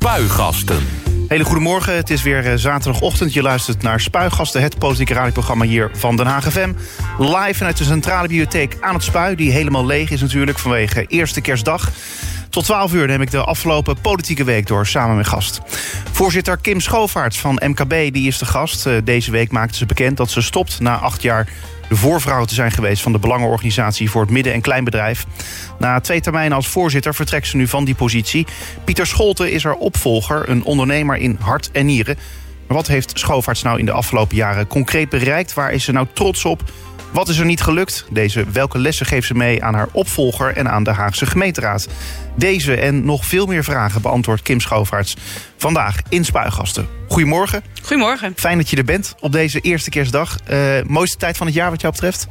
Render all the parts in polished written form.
Spuigasten. Hele goedemorgen, het is weer zaterdagochtend. Je luistert naar Spuigasten, het politieke radioprogramma hier van Den Haag FM. Live vanuit de Centrale Bibliotheek aan het Spui, die helemaal leeg is natuurlijk vanwege eerste kerstdag. Tot 12 uur neem ik de afgelopen politieke week door samen met gast. Voorzitter Kim Schoofaerts van MKB die is de gast. Deze week maakte ze bekend dat ze stopt na 8 jaar de voorvrouw te zijn geweest van de Belangenorganisatie voor het midden- en kleinbedrijf. Na 2 termijnen als voorzitter vertrekt ze nu van die positie. Pieter Scholten is haar opvolger, een ondernemer in hart en nieren. Maar wat heeft Schoofaerts nou in de afgelopen jaren concreet bereikt? Waar is ze nou trots op? Wat is er niet gelukt? Welke lessen geeft ze mee aan haar opvolger en aan de Haagse gemeenteraad? Deze en nog veel meer vragen beantwoordt Kim Schoofaerts vandaag in Spuigasten. Goedemorgen. Goedemorgen. Fijn dat je er bent op deze eerste kerstdag. Mooiste tijd van het jaar wat jou betreft?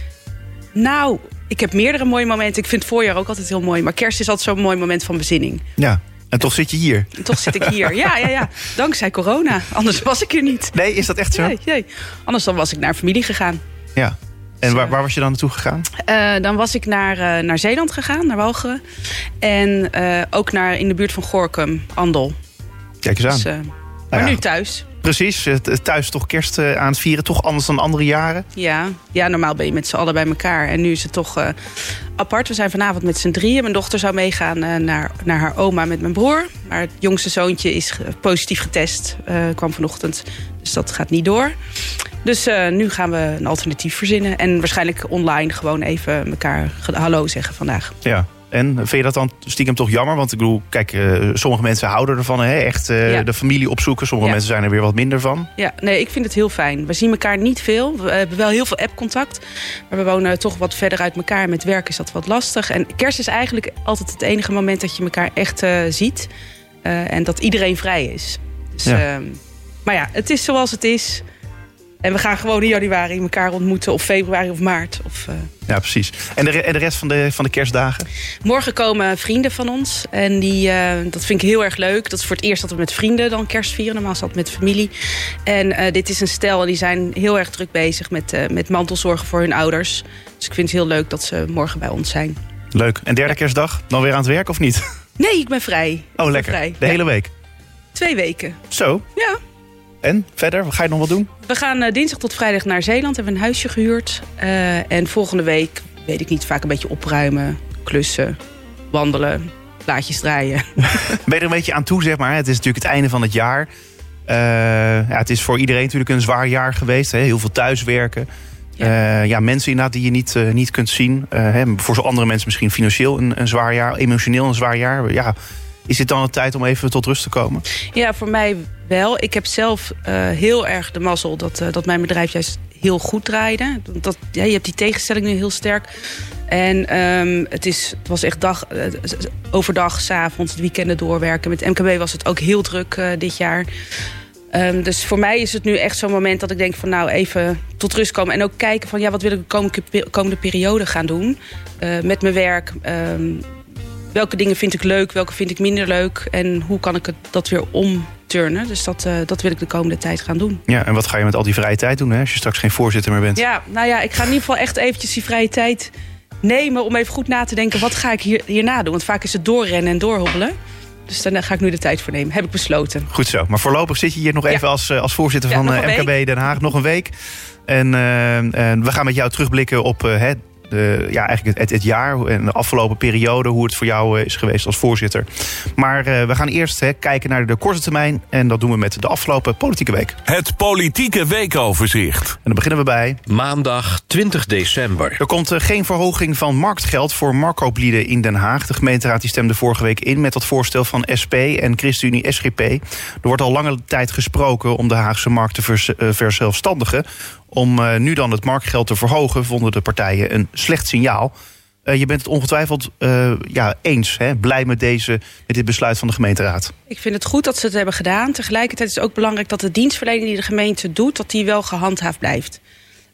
Nou, ik heb meerdere mooie momenten. Ik vind het voorjaar ook altijd heel mooi. Maar kerst is altijd zo'n mooi moment van bezinning. Ja, en toch zit je hier. En toch zit ik hier. Ja. Dankzij corona. Anders was ik hier niet. Nee, is dat echt zo? Nee. Anders dan was ik naar familie gegaan. Ja. En waar was je dan naartoe gegaan? Dan was ik naar Zeeland gegaan, naar Walcheren. En ook in de buurt van Gorinchem, Andel. Kijk eens aan. Dus, maar nu thuis. Precies, thuis toch kerst aan het vieren. Toch anders dan andere jaren? Ja, normaal ben je met z'n allen bij elkaar. En nu is het toch apart. We zijn vanavond met z'n drieën. Mijn dochter zou meegaan naar haar oma met mijn broer. Maar het jongste zoontje is positief getest. Kwam vanochtend. Dus dat gaat niet door. Dus nu gaan we een alternatief verzinnen. En waarschijnlijk online gewoon even elkaar hallo zeggen vandaag. Ja. En vind je dat dan stiekem toch jammer? Want ik bedoel, kijk, sommige mensen houden ervan, echt de familie opzoeken. Sommige mensen zijn er weer wat minder van. Ja, nee, ik vind het heel fijn. We zien elkaar niet veel. We hebben wel heel veel app-contact. Maar we wonen toch wat verder uit elkaar. Met werk is dat wat lastig. En kerst is eigenlijk altijd het enige moment dat je elkaar echt ziet. En dat iedereen vrij is. Dus, maar ja, het is zoals het is. En we gaan gewoon in januari elkaar ontmoeten. Of februari of maart. Ja, precies. En de rest van de kerstdagen? Morgen komen vrienden van ons. En dat vind ik heel erg leuk. Dat is voor het eerst dat we met vrienden dan kerst vieren. Normaal is dat met familie. En dit is een stel. En die zijn heel erg druk bezig met mantelzorgen voor hun ouders. Dus ik vind het heel leuk dat ze morgen bij ons zijn. Leuk. En derde kerstdag? Dan weer aan het werk of niet? Nee, ik ben vrij. Oh, lekker. Vrij. De hele week? 2 weken. Zo? Ja. En verder? Ga je nog wat doen? We gaan dinsdag tot vrijdag naar Zeeland. Hebben een huisje gehuurd. En volgende week, weet ik niet, vaak een beetje opruimen, klussen, wandelen, plaatjes draaien. Ben je er een beetje aan toe, zeg maar? Het is natuurlijk het einde van het jaar. Het is voor iedereen natuurlijk een zwaar jaar geweest. Heel veel thuiswerken. Mensen inderdaad die je niet kunt zien. Voor zo andere mensen misschien financieel een zwaar jaar. Emotioneel een zwaar jaar. Ja. Is dit dan de tijd om even tot rust te komen? Ja, voor mij wel. Ik heb zelf heel erg de mazzel dat mijn bedrijf juist heel goed draaide. Je hebt die tegenstelling nu heel sterk. En het was echt overdag, 's avonds, het weekenden doorwerken. Met MKB was het ook heel druk dit jaar. Dus voor mij is het nu echt zo'n moment dat ik denk van nou even tot rust komen. En ook kijken van wat wil ik de komende periode gaan doen. Met mijn werk. Welke dingen vind ik leuk, welke vind ik minder leuk... en hoe kan ik dat weer omturnen. Dus dat wil ik de komende tijd gaan doen. Ja, en wat ga je met al die vrije tijd doen, als je straks geen voorzitter meer bent? Ja, ik ga in ieder geval echt eventjes die vrije tijd nemen... om even goed na te denken, wat ga ik hierna doen? Want vaak is het doorrennen en doorhobbelen. Dus daar ga ik nu de tijd voor nemen, heb ik besloten. Goed zo, maar voorlopig zit je hier nog even als voorzitter van MKB Den Haag. Nog een week. En we gaan met jou terugblikken op... eigenlijk het jaar en de afgelopen periode... hoe het voor jou is geweest als voorzitter. Maar we gaan eerst kijken naar de korte termijn... en dat doen we met de afgelopen politieke week. Het politieke weekoverzicht. En dan beginnen we bij... maandag 20 december. Er komt geen verhoging van marktgeld voor marktkooplieden in Den Haag. De gemeenteraad die stemde vorige week in met dat voorstel van SP en ChristenUnie SGP. Er wordt al lange tijd gesproken om de Haagse markt te verzelfstandigen... Om nu dan het marktgeld te verhogen, vonden de partijen een slecht signaal. Je bent het ongetwijfeld eens, blij met dit besluit van de gemeenteraad. Ik vind het goed dat ze het hebben gedaan. Tegelijkertijd is het ook belangrijk dat de dienstverlening die de gemeente doet... dat die wel gehandhaafd blijft.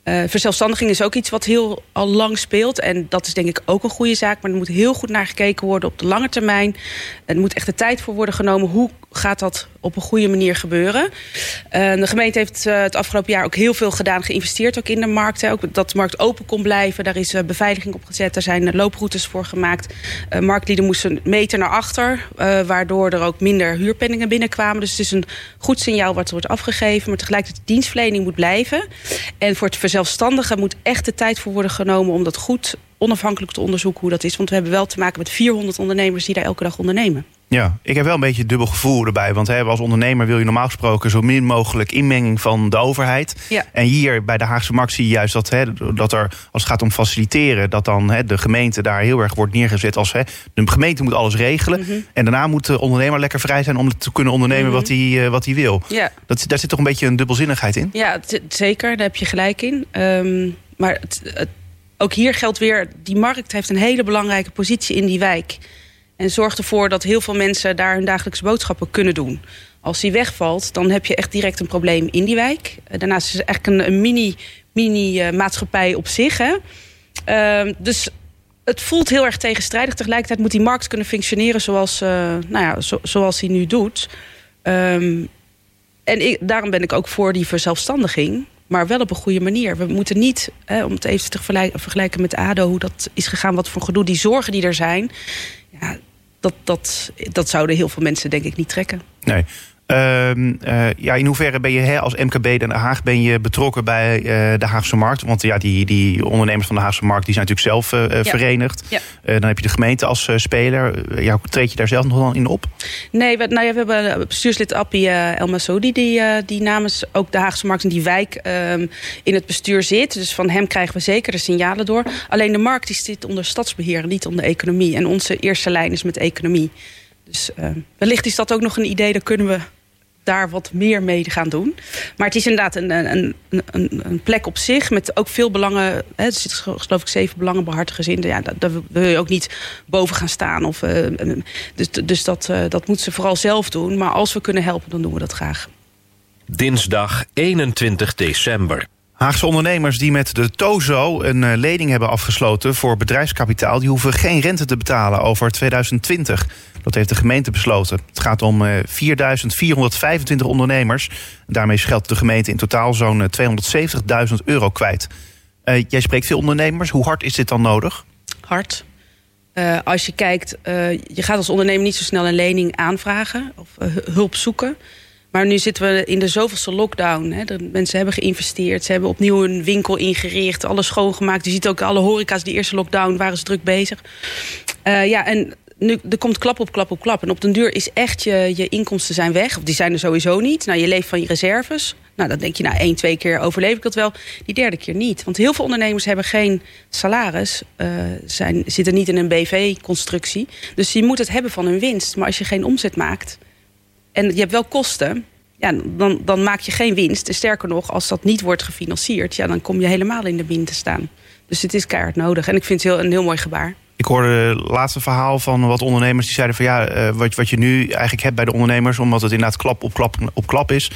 Verzelfstandiging is ook iets wat heel al lang speelt. En dat is denk ik ook een goede zaak. Maar er moet heel goed naar gekeken worden op de lange termijn. Er moet echt de tijd voor worden genomen. Hoe gaat dat op een goede manier gebeuren? De gemeente heeft het afgelopen jaar ook heel veel gedaan. Geïnvesteerd ook in de markt. Hè. Ook dat de markt open kon blijven. Daar is beveiliging op gezet. Er zijn looproutes voor gemaakt. Marktlieden moesten meter naar achter. Waardoor er ook minder huurpenningen binnenkwamen. Dus het is een goed signaal wat er wordt afgegeven. Maar tegelijkertijd de dienstverlening moet blijven. En voor het verzelfstandigen moet echt de tijd voor worden genomen om dat goed onafhankelijk te onderzoeken hoe dat is. Want we hebben wel te maken met 400 ondernemers die daar elke dag ondernemen. Ja, ik heb wel een beetje een dubbel gevoel erbij. Want als ondernemer wil je normaal gesproken zo min mogelijk inmenging van de overheid. Ja. En hier bij de Haagse Markt zie je juist dat er, als het gaat om faciliteren, dat dan de gemeente daar heel erg wordt neergezet als de gemeente moet alles regelen. Mm-hmm. En daarna moet de ondernemer lekker vrij zijn om te kunnen ondernemen wat hij wil. Ja. Daar zit toch een beetje een dubbelzinnigheid in? Ja, zeker. Daar heb je gelijk in. Maar ook hier geldt weer, die markt heeft een hele belangrijke positie in die wijk. En zorgt ervoor dat heel veel mensen daar hun dagelijkse boodschappen kunnen doen. Als die wegvalt, dan heb je echt direct een probleem in die wijk. Daarnaast is het eigenlijk een mini-maatschappij op zich. Hè? Dus het voelt heel erg tegenstrijdig. Tegelijkertijd moet die markt kunnen functioneren zoals hij nu doet. Daarom ben ik ook voor die verzelfstandiging. Maar wel op een goede manier. We moeten niet, om het even te vergelijken met ADO, hoe dat is gegaan, wat voor gedoe, die zorgen die er zijn. Ja, dat zouden heel veel mensen denk ik niet trekken. Nee. In hoeverre ben je als MKB Den Haag betrokken bij de Haagse Markt? Want die ondernemers van de Haagse Markt die zijn natuurlijk zelf verenigd. Ja. Dan heb je de gemeente als speler. Treed je daar zelf nog in op? Nee, we hebben bestuurslid Appie El Masoudi die namens ook de Haagse Markt en die wijk in het bestuur zit. Dus van hem krijgen we zeker de signalen door. Alleen de markt die zit onder stadsbeheer, niet onder economie. En onze eerste lijn is met economie. Dus wellicht is dat ook nog een idee, daar kunnen we daar wat meer mee gaan doen. Maar het is inderdaad een plek op zich met ook veel belangen. Er zitten geloof ik 7 belangenbehartigers in. Ja, daar wil je ook niet boven gaan staan. Dus dat moet ze vooral zelf doen. Maar als we kunnen helpen, dan doen we dat graag. Dinsdag 21 december. Haagse ondernemers die met de TOZO een lening hebben afgesloten voor bedrijfskapitaal, die hoeven geen rente te betalen over 2020. Dat heeft de gemeente besloten. Het gaat om 4.425 ondernemers. Daarmee scheldt de gemeente in totaal zo'n €270.000 kwijt. Jij spreekt veel ondernemers. Hoe hard is dit dan nodig? Hard. Als je kijkt, je gaat als ondernemer niet zo snel een lening aanvragen of hulp zoeken. Maar nu zitten we in de zoveelste lockdown. Hè. De mensen hebben geïnvesteerd. Ze hebben opnieuw een winkel ingericht. Alles schoongemaakt. Je ziet ook alle horeca's. Die eerste lockdown waren ze druk bezig. En nu er komt klap op klap op klap. En op den duur is echt je inkomsten zijn weg. Of die zijn er sowieso niet. Nou, je leeft van je reserves. Nou, dan denk je, 1-2 keer overleef ik dat wel. Die derde keer niet. Want heel veel ondernemers hebben geen salaris. Zitten niet in een BV-constructie. Dus je moet het hebben van hun winst. Maar als je geen omzet maakt en je hebt wel kosten, dan maak je geen winst. En sterker nog, als dat niet wordt gefinancierd, dan kom je helemaal in de min te staan. Dus het is keihard nodig. En ik vind het een heel mooi gebaar. Ik hoorde het laatste verhaal van wat ondernemers die zeiden van wat je nu eigenlijk hebt bij de ondernemers, omdat het inderdaad klap op klap is,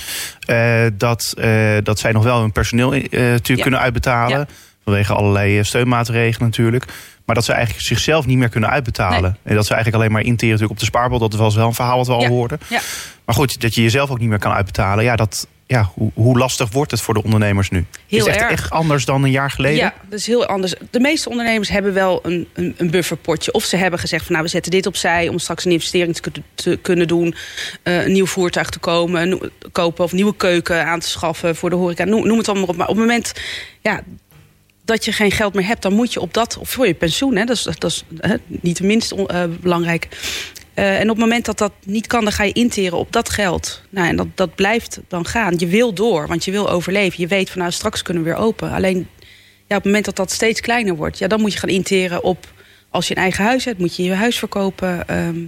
dat zij nog wel hun personeel kunnen uitbetalen. Ja. Vanwege allerlei steunmaatregelen natuurlijk. Maar dat ze eigenlijk zichzelf niet meer kunnen uitbetalen. Nee. En dat ze eigenlijk alleen maar interen natuurlijk op de spaarbol. Dat was wel een verhaal wat we al hoorden. Ja. Maar goed, dat je jezelf ook niet meer kan uitbetalen. Hoe lastig wordt het voor de ondernemers nu? Heel is het echt anders dan een jaar geleden? Ja, dat is heel anders. De meeste ondernemers hebben wel een bufferpotje. Of ze hebben gezegd van we zetten dit opzij om straks een investering te kunnen doen. Een nieuw voertuig te kopen of een nieuwe keuken aan te schaffen voor de horeca. Noem het allemaal op. Maar op het moment dat je geen geld meer hebt, dan moet je op dat, of voor je pensioen, dat is niet de minst belangrijk. En op het moment dat dat niet kan, dan ga je interen op dat geld. Nou, en dat blijft dan gaan. Je wil door, want je wil overleven. Je weet van straks kunnen we weer open. Alleen op het moment dat dat steeds kleiner wordt, dan moet je gaan interen op, als je een eigen huis hebt, moet je je huis verkopen.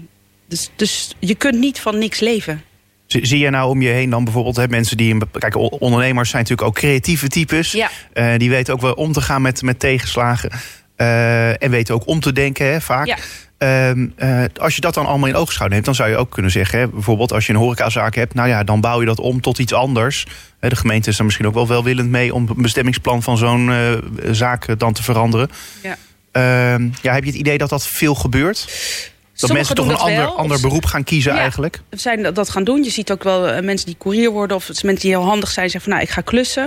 Dus je kunt niet van niks leven. Zie je nou om je heen dan bijvoorbeeld mensen die... Kijk, ondernemers zijn natuurlijk ook creatieve types. Ja. Die weten ook wel om te gaan met tegenslagen. En weten ook om te denken vaak. Ja. Als je dat dan allemaal in oogschouw neemt, dan zou je ook kunnen zeggen, hè, bijvoorbeeld als je een horecazaak hebt, nou ja, dan bouw je dat om tot iets anders. De gemeente is er misschien ook wel welwillend mee om het bestemmingsplan van zo'n zaak dan te veranderen. Ja. Heb je het idee dat dat veel gebeurt? Dat mensen toch een ander beroep gaan kiezen eigenlijk? We zijn dat gaan doen. Je ziet ook wel mensen die koerier worden of mensen die heel handig zijn, zeggen van nou, ik ga klussen.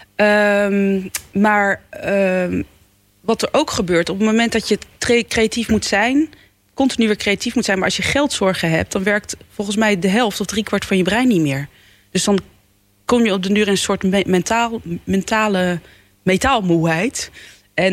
Maar wat er ook gebeurt, op het moment dat je creatief moet zijn, continu weer creatief moet zijn, maar als je geldzorgen hebt, dan werkt volgens mij de helft of 3/4 van je brein niet meer. Dus dan kom je op den duur in een soort mentale metaalmoeheid. En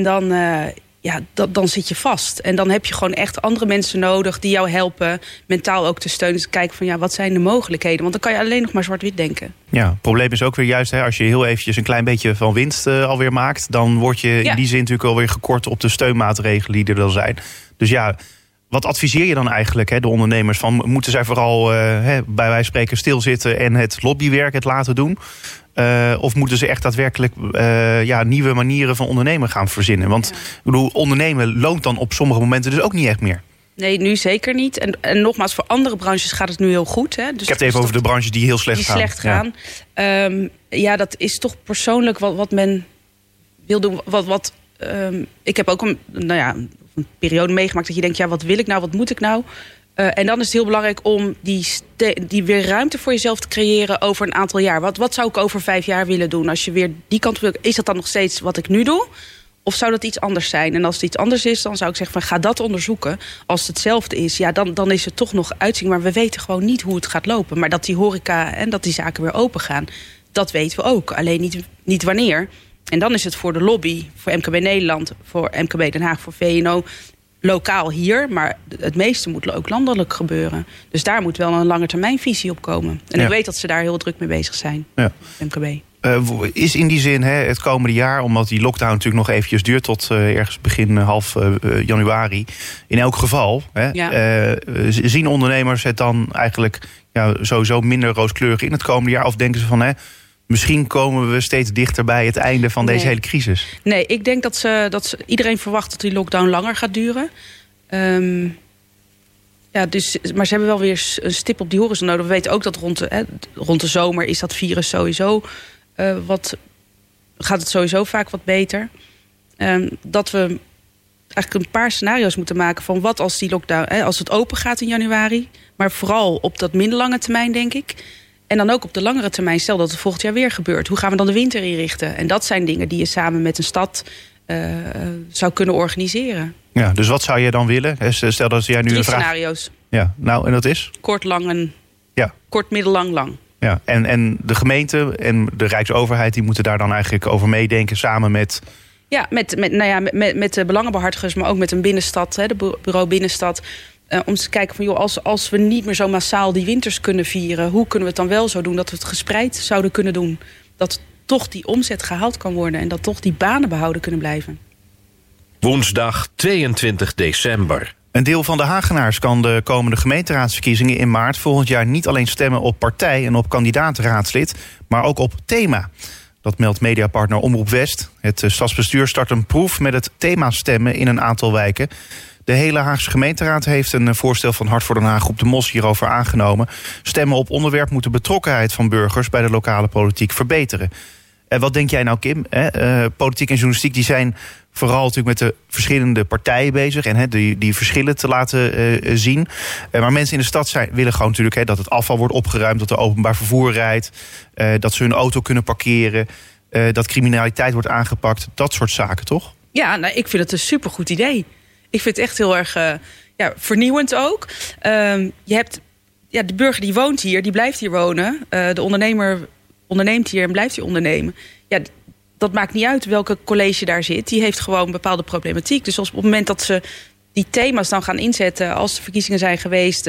dan zit je vast. En dan heb je gewoon echt andere mensen nodig die jou helpen mentaal ook te steunen. Dus kijken van wat zijn de mogelijkheden? Want dan kan je alleen nog maar zwart-wit denken. Ja, het probleem is ook weer juist, hè, als je heel eventjes een klein beetje van winst alweer maakt, dan word je in die zin natuurlijk alweer gekort op de steunmaatregelen die er dan zijn. Dus ja, wat adviseer je dan eigenlijk, de ondernemers? Moeten zij vooral bij wijze van spreken stilzitten en het lobbywerk het laten doen? Of moeten ze echt daadwerkelijk nieuwe manieren van ondernemen gaan verzinnen? Want ik bedoel, ondernemen loont dan op sommige momenten dus ook niet echt meer. Nee, nu zeker niet. En nogmaals, voor andere branches gaat het nu heel goed. Hè? Dus ik heb het even over de branches die heel slecht gaan. Dat is toch persoonlijk wat men wil doen. Ik heb ook een periode meegemaakt dat je denkt, wat wil ik nou, wat moet ik nou? En dan is het heel belangrijk om die weer ruimte voor jezelf te creëren over een aantal jaar. Wat zou ik over 5 jaar willen doen? Als je weer die kant wil, is dat dan nog steeds wat ik nu doe? Of zou dat iets anders zijn? En als het iets anders is, dan zou ik zeggen van ga dat onderzoeken. Als het hetzelfde is, dan is het toch nog uitzien. Maar we weten gewoon niet hoe het gaat lopen. Maar dat die horeca en dat die zaken weer open gaan, dat weten we ook. Alleen niet wanneer. En dan is het voor de lobby, voor MKB Nederland, voor MKB Den Haag, voor VNO, lokaal hier, maar het meeste moet ook landelijk gebeuren. Dus daar moet wel een langetermijnvisie op komen. En ik weet dat ze daar heel druk mee bezig zijn, MKB. Is in die zin het komende jaar, omdat die lockdown natuurlijk nog eventjes duurt tot ergens begin half januari, in elk geval, zien ondernemers het dan eigenlijk sowieso minder rooskleurig in het komende jaar? Of denken ze van, misschien komen we steeds dichter bij het einde van deze hele crisis? Nee, ik denk dat iedereen verwacht dat die lockdown langer gaat duren. Maar ze hebben wel weer een stip op die horizon nodig. We weten ook dat rond de zomer is dat virus sowieso gaat het sowieso vaak wat beter. Dat we eigenlijk een paar scenario's moeten maken van wat als die lockdown, als het open gaat in januari, maar vooral op dat middellange termijn, denk ik. En dan ook op de langere termijn, stel dat het volgend jaar weer gebeurt. Hoe gaan we dan de winter inrichten? En dat zijn dingen die je samen met een stad zou kunnen organiseren. Ja, dus wat zou je dan willen? Stel dat jij nu 3 scenario's. Ja, nou, en dat is? Kort, lang en kort, middellang, lang. Ja, en de gemeente en de Rijksoverheid die moeten daar dan eigenlijk over meedenken samen met... Ja, met de belangenbehartigers, maar ook met een binnenstad, de bureau binnenstad. Om te kijken van, als we niet meer zo massaal die winters kunnen vieren, hoe kunnen we het dan wel zo doen dat we het gespreid zouden kunnen doen? Dat toch die omzet gehaald kan worden en dat toch die banen behouden kunnen blijven. Woensdag 22 december. Een deel van de Hagenaars kan de komende gemeenteraadsverkiezingen in maart volgend jaar niet alleen stemmen op partij en op kandidaat-raadslid, maar ook op thema. Dat meldt mediapartner Omroep West. Het stadsbestuur start een proef met het thema stemmen in een aantal wijken. De hele Haagse gemeenteraad heeft een voorstel van Hart voor Den Haag op de Mos hierover aangenomen. Stemmen op onderwerp moet de betrokkenheid van burgers bij de lokale politiek verbeteren. Wat denk jij nou, Kim? Politiek en journalistiek die zijn vooral natuurlijk met de verschillende partijen bezig en die verschillen te laten zien. Maar mensen in de stad willen gewoon natuurlijk dat het afval wordt opgeruimd, dat er openbaar vervoer rijdt, dat ze hun auto kunnen parkeren, dat criminaliteit wordt aangepakt. Dat soort zaken, toch? Ja, ik vind het een supergoed idee. Ik vind het echt heel erg vernieuwend ook. Je hebt de burger die woont hier, die blijft hier wonen. De ondernemer onderneemt hier en blijft hier ondernemen. Ja, dat maakt niet uit welke college daar zit. Die heeft gewoon een bepaalde problematiek. Dus op het moment dat ze die thema's dan gaan inzetten, als de verkiezingen zijn geweest,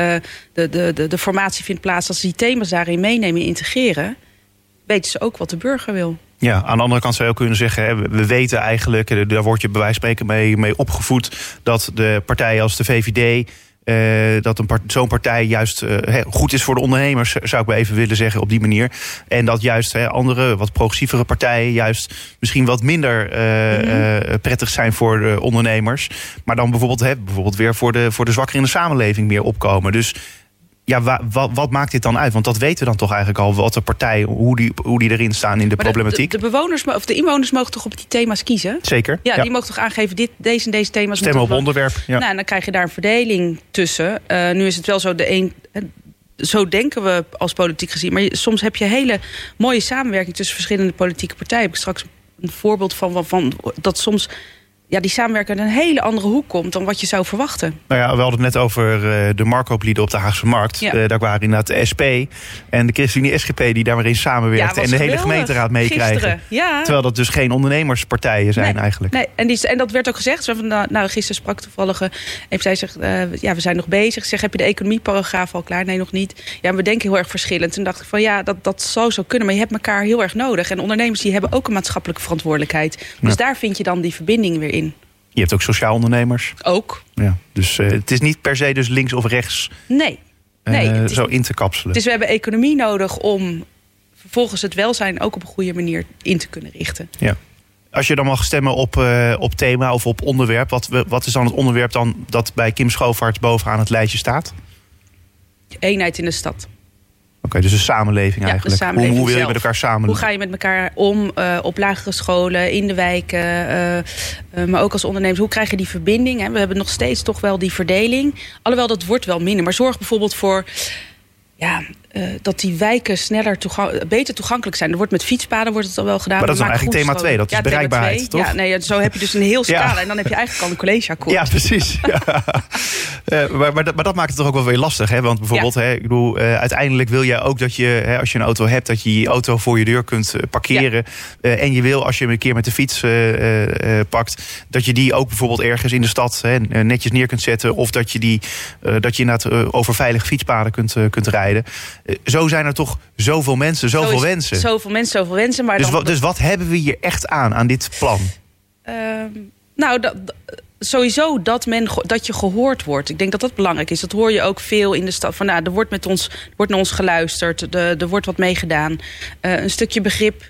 de formatie vindt plaats, als ze die thema's daarin meenemen en integreren, weten ze ook wat de burger wil. Ja, aan de andere kant zou je ook kunnen zeggen, we weten eigenlijk, daar word je bij wijze van spreken mee opgevoed, dat de partijen als de VVD Dat zo'n partij juist goed is voor de ondernemers, zou ik maar even willen zeggen, op die manier. En dat juist andere, wat progressievere partijen juist misschien wat minder prettig zijn voor de ondernemers. Maar dan bijvoorbeeld weer voor de zwakkeren in de samenleving meer opkomen. Dus ja, wat maakt dit dan uit? Want dat weten we dan toch eigenlijk al, wat de partijen, hoe die erin staan in de problematiek. De bewoners of de inwoners mogen toch op die thema's kiezen? Zeker. Ja, die mogen toch aangeven, deze en deze thema's. Stemmen op onderwerp. Ja. Nou, en dan krijg je daar een verdeling tussen. Nu is het wel zo, zo denken we als politiek gezien. Maar soms heb je hele mooie samenwerking tussen verschillende politieke partijen. Heb ik straks een voorbeeld van dat soms die samenwerking uit een hele andere hoek komt dan wat je zou verwachten. Nou ja, we hadden het net over de markooplieden op de Haagse Markt. Ja. Daar waren inderdaad de SP en de ChristenUnie SGP die daar maar in samenwerkten. En de hele gemeenteraad meekrijgen. Ja. Terwijl dat dus geen ondernemerspartijen zijn eigenlijk. Nee, en dat werd ook gezegd. Gisteren sprak toevallig en zij zegt, we zijn nog bezig. Zeg, heb je de economieparagraaf al klaar? Nee, nog niet. Ja, we denken heel erg verschillend. Toen dacht ik van dat zou zo kunnen. Maar je hebt elkaar heel erg nodig. En ondernemers die hebben ook een maatschappelijke verantwoordelijkheid. Dus daar vind je dan die verbinding weer in. Je hebt ook sociaal ondernemers. Ook. Ja, dus het is niet per se dus links of rechts zo in te kapselen. Dus we hebben economie nodig om vervolgens het welzijn ook op een goede manier in te kunnen richten. Ja. Als je dan mag stemmen op thema of op onderwerp, wat is dan het onderwerp dan dat bij Kim Schoofards bovenaan het lijstje staat? Eenheid in de stad. Oké, dus de samenleving eigenlijk. De samenleving hoe wil je met elkaar samen? Hoe ga je met elkaar om op lagere scholen, in de wijken, maar ook als ondernemers? Hoe krijg je die verbinding? Hè? We hebben nog steeds toch wel die verdeling. Alhoewel, dat wordt wel minder. Maar zorg bijvoorbeeld voor dat die wijken beter toegankelijk zijn. Er wordt met fietspaden wordt het al wel gedaan. Maar dat is dan eigenlijk thema 2, dat is bereikbaarheid, toch? Ja, nee, zo heb je dus een heel scala. En dan heb je eigenlijk al een collegeakkoord. Ja, precies. Maar dat maakt het toch ook wel weer lastig. Hè? Want bijvoorbeeld, ik bedoel, uiteindelijk wil jij ook dat je, als je een auto hebt, dat je je auto voor je deur kunt parkeren. Ja. En je wil, als je hem een keer met de fiets pakt, dat je die ook bijvoorbeeld ergens in de stad netjes neer kunt zetten. Of dat je inderdaad over veilige fietspaden kunt rijden. Zo zijn er toch zoveel mensen, zoveel wensen. Zoveel wensen. Maar dus wat hebben we hier echt aan dit plan? Sowieso dat je gehoord wordt. Ik denk dat dat belangrijk is. Dat hoor je ook veel in de stad. Van, er wordt naar ons geluisterd. Er wordt wat meegedaan. Een stukje begrip.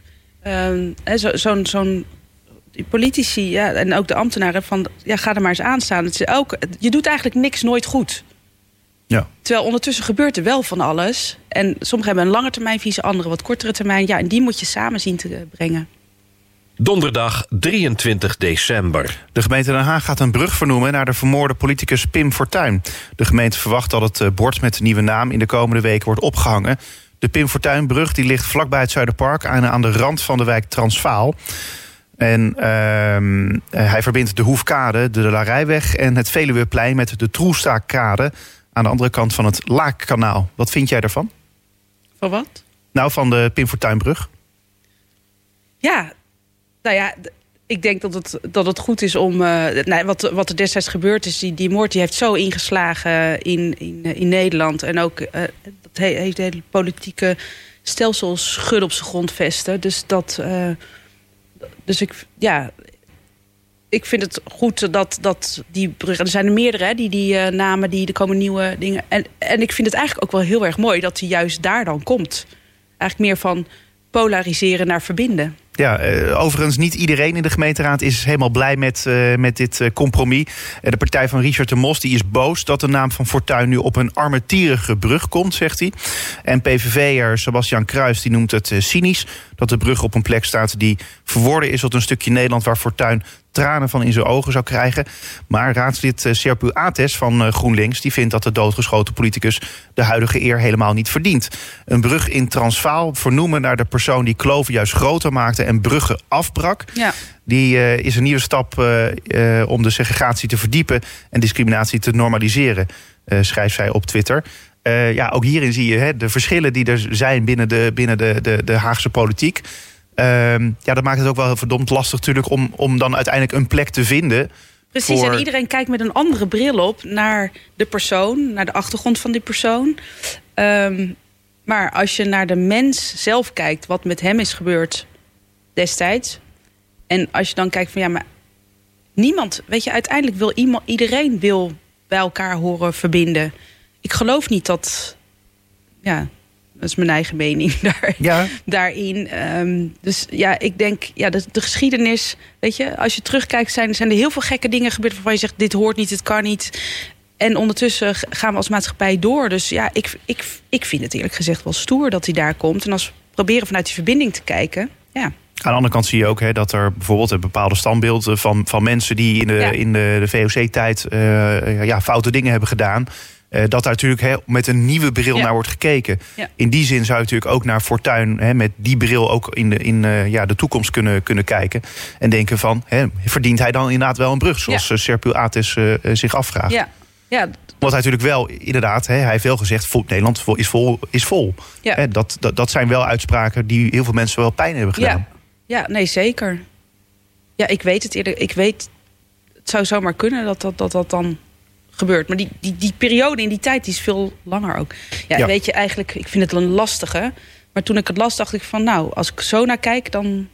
Zo'n politici en ook de ambtenaren van ga er maar eens aan staan. Je doet eigenlijk niks nooit goed. Ja. Terwijl ondertussen gebeurt er wel van alles. En sommigen hebben een lange termijnvisie, anderen wat kortere termijn. Ja, en die moet je samen zien te brengen. Donderdag 23 december. De gemeente Den Haag gaat een brug vernoemen naar de vermoorde politicus Pim Fortuyn. De gemeente verwacht dat het bord met de nieuwe naam in de komende weken wordt opgehangen. De Pim Fortuynbrug die ligt vlakbij het Zuiderpark aan de rand van de wijk Transvaal. En hij verbindt de Hoefkade, de Larijweg en het Veluweplein met de Troelstakade aan de andere kant van het Laakkanaal. Wat vind jij daarvan? Van wat? Nou, van de Pim Fortuynbrug. Ja, ik denk dat het goed is om wat er destijds gebeurd is. Die moord die heeft zo ingeslagen in Nederland. En ook dat heeft de hele politieke stelsel schud op zijn grondvesten. Ik vind het goed dat die brug... Er zijn er meerdere, die namen, er komen nieuwe dingen. En ik vind het eigenlijk ook wel heel erg mooi dat die juist daar dan komt. Eigenlijk meer van polariseren naar verbinden. Ja, overigens niet iedereen in de gemeenteraad is helemaal blij met dit compromis. De partij van Richard de Mos die is boos dat de naam van Fortuyn nu op een armetierige brug komt, zegt hij. En PVV'er Sebastian Kruis die noemt het cynisch dat de brug op een plek staat die verworden is tot een stukje Nederland waar Fortuyn tranen van in zijn ogen zou krijgen. Maar raadslid Serpu Ates van GroenLinks die vindt dat de doodgeschoten politicus de huidige eer helemaal niet verdient. Een brug in Transvaal vernoemen naar de persoon die kloven juist groter maakte en bruggen afbrak. Ja. Die is een nieuwe stap om de segregatie te verdiepen en discriminatie te normaliseren, schrijft zij op Twitter. Ook hierin zie je de verschillen die er zijn binnen de Haagse politiek. Dat maakt het ook wel heel verdomd lastig natuurlijk om dan uiteindelijk een plek te vinden. Precies, en iedereen kijkt met een andere bril op naar de persoon, naar de achtergrond van die persoon. Maar als je naar de mens zelf kijkt, wat met hem is gebeurd destijds. En als je dan kijkt van maar niemand, weet je, uiteindelijk wil iedereen bij elkaar horen verbinden. Ik geloof niet dat... Ja, dat is mijn eigen mening daarin. Dus ja, ik denk, de geschiedenis... Weet je, als je terugkijkt, zijn er heel veel gekke dingen gebeurd... waarvan je zegt, dit hoort niet, dit kan niet. En ondertussen gaan we als maatschappij door. Dus ja, ik vind het eerlijk gezegd wel stoer dat hij daar komt. En als we proberen vanuit die verbinding te kijken... Ja. Aan de andere kant zie je ook dat er bijvoorbeeld bepaalde standbeelden... van mensen die in de VOC-tijd foute dingen hebben gedaan... dat daar natuurlijk met een nieuwe bril naar wordt gekeken. Ja. In die zin zou je natuurlijk ook naar Fortuyn... met die bril ook in de toekomst kunnen kijken. En denken van, verdient hij dan inderdaad wel een brug? Zoals Serpil Ates zich afvraagt. Ja. Ja. Want hij natuurlijk wel, inderdaad, hij heeft wel gezegd... Nederland is vol. Ja. Dat zijn wel uitspraken die heel veel mensen wel pijn hebben gedaan. Ja, nee, zeker. Ja, ik weet het eerder. Het zou zomaar kunnen dat dan... gebeurt. Maar die periode in die tijd die is veel langer ook. Ja, weet je, eigenlijk, ik vind het een lastige. Maar toen ik het las, dacht ik van... als ik zo naar kijk, dan...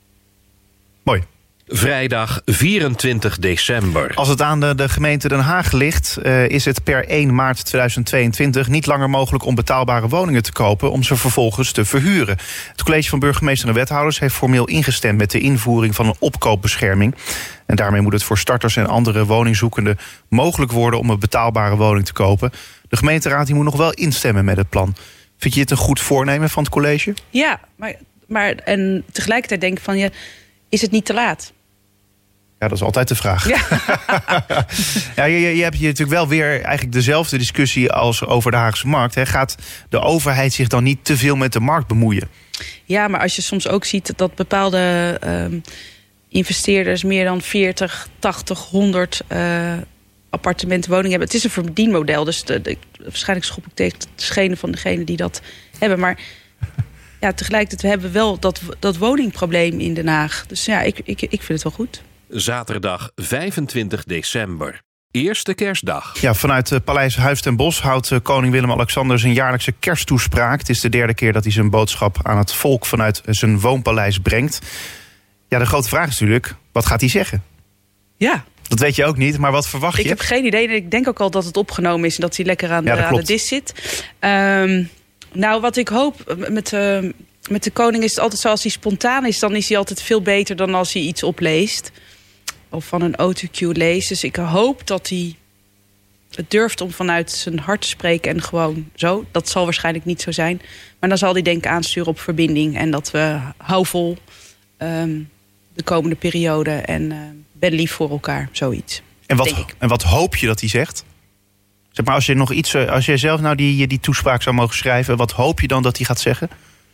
Mooi. Vrijdag 24 december. Als het aan de gemeente Den Haag ligt... is het per 1 maart 2022 niet langer mogelijk... om betaalbare woningen te kopen... om ze vervolgens te verhuren. Het college van burgemeester en wethouders... heeft formeel ingestemd met de invoering van een opkoopbescherming. En daarmee moet het voor starters en andere woningzoekenden... mogelijk worden om een betaalbare woning te kopen. De gemeenteraad die moet nog wel instemmen met het plan. Vind je het een goed voornemen van het college? Ja, maar en tegelijkertijd denk ik van... is het niet te laat? Ja, dat is altijd de vraag. Ja. Je hebt hier natuurlijk wel weer eigenlijk dezelfde discussie als over de Haagse markt. Gaat de overheid zich dan niet te veel met de markt bemoeien? Ja, maar als je soms ook ziet dat bepaalde investeerders meer dan 40, 80, 100 appartementen, woningen hebben. Het is een verdienmodel, dus waarschijnlijk schop ik tegen het schenen van degene die dat hebben. Maar ja, tegelijkertijd hebben we wel dat woningprobleem in Den Haag. Dus ja, ik vind het wel goed. Zaterdag 25 december. Eerste kerstdag. Ja, vanuit Paleis Huis ten Bosch houdt koning Willem-Alexander zijn jaarlijkse kersttoespraak. Het is de 3e keer dat hij zijn boodschap aan het volk vanuit zijn woonpaleis brengt. Ja, de grote vraag is natuurlijk, wat gaat hij zeggen? Ja. Dat weet je ook niet, maar wat verwacht je? Ik heb geen idee. Ik denk ook al dat het opgenomen is en dat hij lekker aan de dis zit. Wat ik hoop met de koning is het altijd zo, als hij spontaan is, dan is hij altijd veel beter dan als hij iets opleest. Of van een autocue leest. Dus ik hoop dat hij het durft om vanuit zijn hart te spreken en gewoon zo. Dat zal waarschijnlijk niet zo zijn. Maar dan zal hij denk ik aansturen op verbinding. En dat we hou vol de komende periode. En ben lief voor elkaar, zoiets. En wat hoop je dat hij zegt? Zeg maar, als je zelf nou die toespraak zou mogen schrijven, wat hoop je dan dat hij gaat zeggen?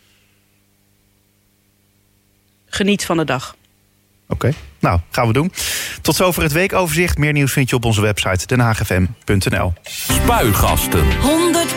Geniet van de dag. Oké, nou, gaan we doen. Tot zover het weekoverzicht. Meer nieuws vind je op onze website denhagfm.nl. Spuigasten. 100%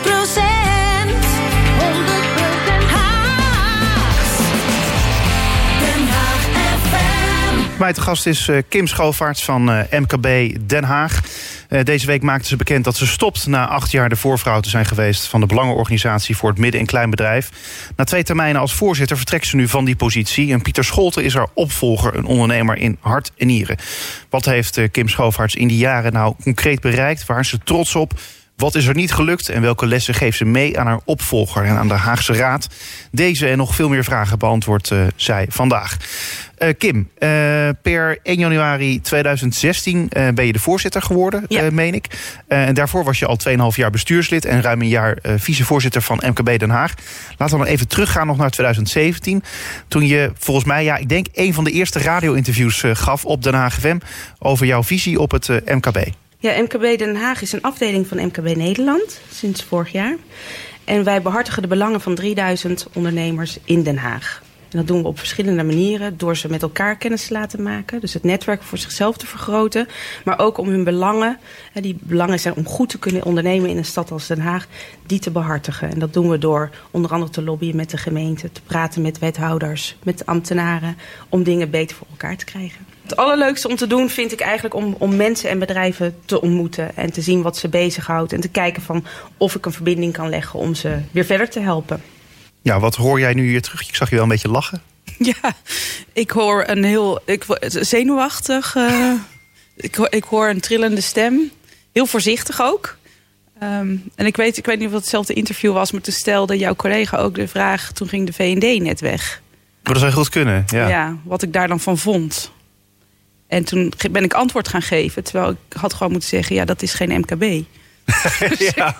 Haags. Den Haag FM. Bij te gast is Kim Schoofaerts van MKB Den Haag. Deze week maakte ze bekend dat ze stopt na 8 jaar de voorvrouw te zijn geweest van de Belangenorganisatie voor het midden- en kleinbedrijf. Na 2 termijnen als voorzitter vertrekt ze nu van die positie. En Pieter Scholten is haar opvolger, een ondernemer in hart en nieren. Wat heeft Kim Schoofaerts in die jaren nou concreet bereikt? Waar is ze trots op? Wat is er niet gelukt en welke lessen geeft ze mee aan haar opvolger en aan de Haagse Raad? Deze en nog veel meer vragen beantwoordt zij vandaag. Kim, per 1 januari 2016 ben je de voorzitter geworden, meen ik. En daarvoor was je al 2,5 jaar bestuurslid en ruim een jaar vicevoorzitter van MKB Den Haag. Laten we dan even teruggaan nog naar 2017. Toen je volgens mij, ik denk een van de eerste radio-interviews gaf op Den Haag FM over jouw visie op het MKB. Ja, MKB Den Haag is een afdeling van MKB Nederland sinds vorig jaar. En wij behartigen de belangen van 3000 ondernemers in Den Haag. En dat doen we op verschillende manieren. Door ze met elkaar kennis te laten maken. Dus het netwerk voor zichzelf te vergroten. Maar ook om hun belangen, die belangen zijn om goed te kunnen ondernemen in een stad als Den Haag, die te behartigen. En dat doen we door onder andere te lobbyen met de gemeente, te praten met wethouders, met ambtenaren, om dingen beter voor elkaar te krijgen. Het allerleukste om te doen vind ik eigenlijk om mensen en bedrijven te ontmoeten en te zien wat ze bezighoudt. En te kijken van of ik een verbinding kan leggen om ze weer verder te helpen. Ja, wat hoor jij nu hier terug? Ik zag je wel een beetje lachen. Ja, ik hoor zenuwachtig. Ik hoor een trillende stem. heel voorzichtig ook. En ik weet niet of het hetzelfde interview was, maar toen stelde jouw collega ook de vraag, toen ging de V&D net weg. Maar dat zou goed kunnen, ja. Ja, wat ik daar dan van vond. En toen ben ik antwoord gaan geven, terwijl ik had gewoon moeten zeggen, ja, dat is geen MKB. Ja.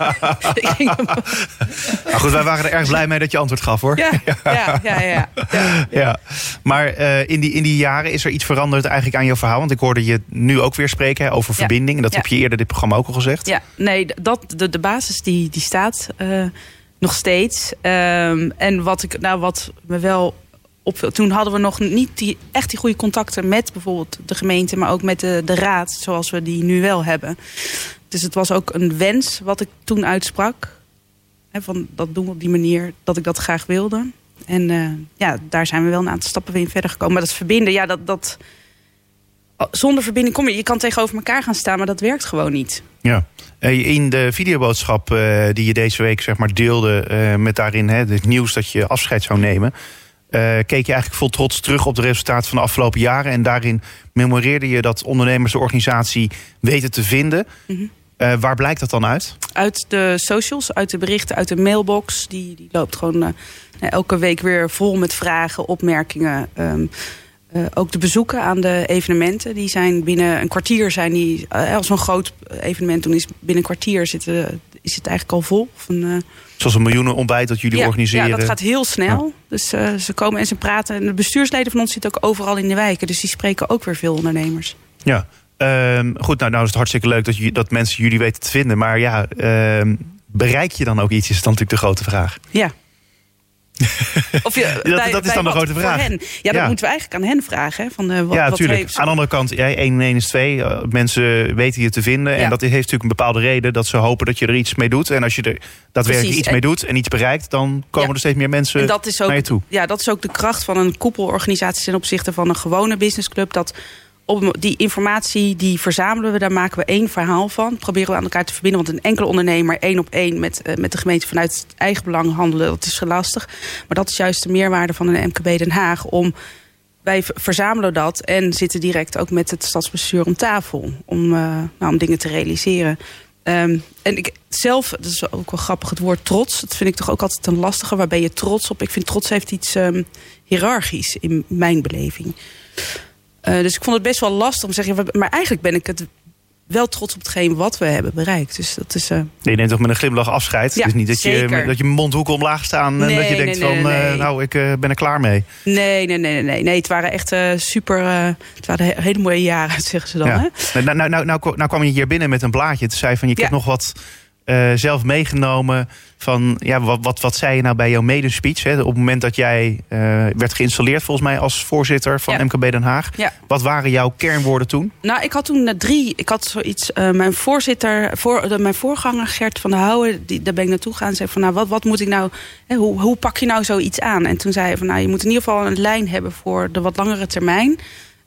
Nou goed, wij waren er erg blij mee dat je antwoord gaf, hoor. Ja. Maar in die jaren is er iets veranderd eigenlijk aan jouw verhaal? Want ik hoorde je nu ook weer spreken over verbinding. En dat heb je eerder dit programma ook al gezegd. Ja, nee, de basis die staat nog steeds. En wat me wel opviel, toen hadden we nog niet die goede contacten met bijvoorbeeld de gemeente, maar ook met de raad, zoals we die nu wel hebben. Dus het was ook een wens wat ik toen uitsprak. Van dat doen we op die manier, dat ik dat graag wilde. En daar zijn we wel een aantal stappen in verder gekomen. Maar dat verbinden, zonder verbinding je kan tegenover elkaar gaan staan, maar dat werkt gewoon niet. Ja. In de videoboodschap die je deze week zeg maar deelde, met daarin het nieuws dat je afscheid zou nemen, keek je eigenlijk vol trots terug op de resultaten van de afgelopen jaren. En daarin memoreerde je dat ondernemers de organisatie weten te vinden. Mm-hmm. Waar blijkt dat dan uit? Uit de socials, uit de berichten, uit de mailbox. Die loopt gewoon elke week weer vol met vragen, opmerkingen. Ook de bezoeken aan de evenementen. Die zijn binnen een kwartier als we een groot evenement doen, is binnen een kwartier is het eigenlijk al vol. Zoals een miljoenen ontbijt dat jullie organiseren. Ja, dat gaat heel snel. Ja. Dus ze komen en ze praten. En de bestuursleden van ons zitten ook overal in de wijken. Dus die spreken ook weer veel ondernemers. Ja. Goed, nou is het hartstikke leuk dat mensen jullie weten te vinden. Maar bereik je dan ook iets, is dan natuurlijk de grote vraag. Ja. Of dat is dan de grote vraag. Hen. Ja, dat moeten we eigenlijk aan hen vragen. Hè? Natuurlijk. Aan de andere kant, 1 is 2. Mensen weten je te vinden. Ja. En dat heeft natuurlijk een bepaalde reden dat ze hopen dat je er iets mee doet. En als je er daadwerkelijk iets mee doet en iets bereikt, dan komen er steeds meer mensen naar je toe. Ja, dat is ook de kracht van een koepelorganisatie ten opzichte van een gewone businessclub. Dat op die informatie die verzamelen we, daar maken we 1 verhaal van. Proberen we aan elkaar te verbinden. Want een enkele ondernemer 1 op 1 met de gemeente vanuit eigen belang handelen, dat is lastig. Maar dat is juist de meerwaarde van een MKB Den Haag. Wij verzamelen dat en zitten direct ook met het stadsbestuur om tafel. Om dingen te realiseren. En ik zelf, dat is ook wel grappig, het woord trots. Dat vind ik toch ook altijd een lastige. Waar ben je trots op? Ik vind trots heeft iets hiërarchisch in mijn beleving. Dus ik vond het best wel lastig om te zeggen, maar eigenlijk ben ik het wel trots op hetgeen wat we hebben bereikt. Dus dat is. Je neemt toch met een glimlach afscheid. Ja, het is niet dat je mondhoeken omlaag staan en dat je denkt ik ben er klaar mee. Nee. Het waren echt super. Het waren hele mooie jaren, zeggen ze dan. Ja. Hè? Nou kwam je hier binnen met een blaadje. Het zei van, ik heb nog wat zelf meegenomen van, wat zei je nou bij jouw medespeech? Hè? Op het moment dat jij werd geïnstalleerd, volgens mij, als voorzitter van MKB Den Haag. Ja. Wat waren jouw kernwoorden toen? Nou, ik had toen 3. Ik had zoiets, mijn voorganger Gert van der Houwen, daar ben ik naartoe gegaan en zei van, wat moet ik nou, hoe pak je nou zoiets aan? En toen zei hij van, je moet in ieder geval een lijn hebben voor de wat langere termijn.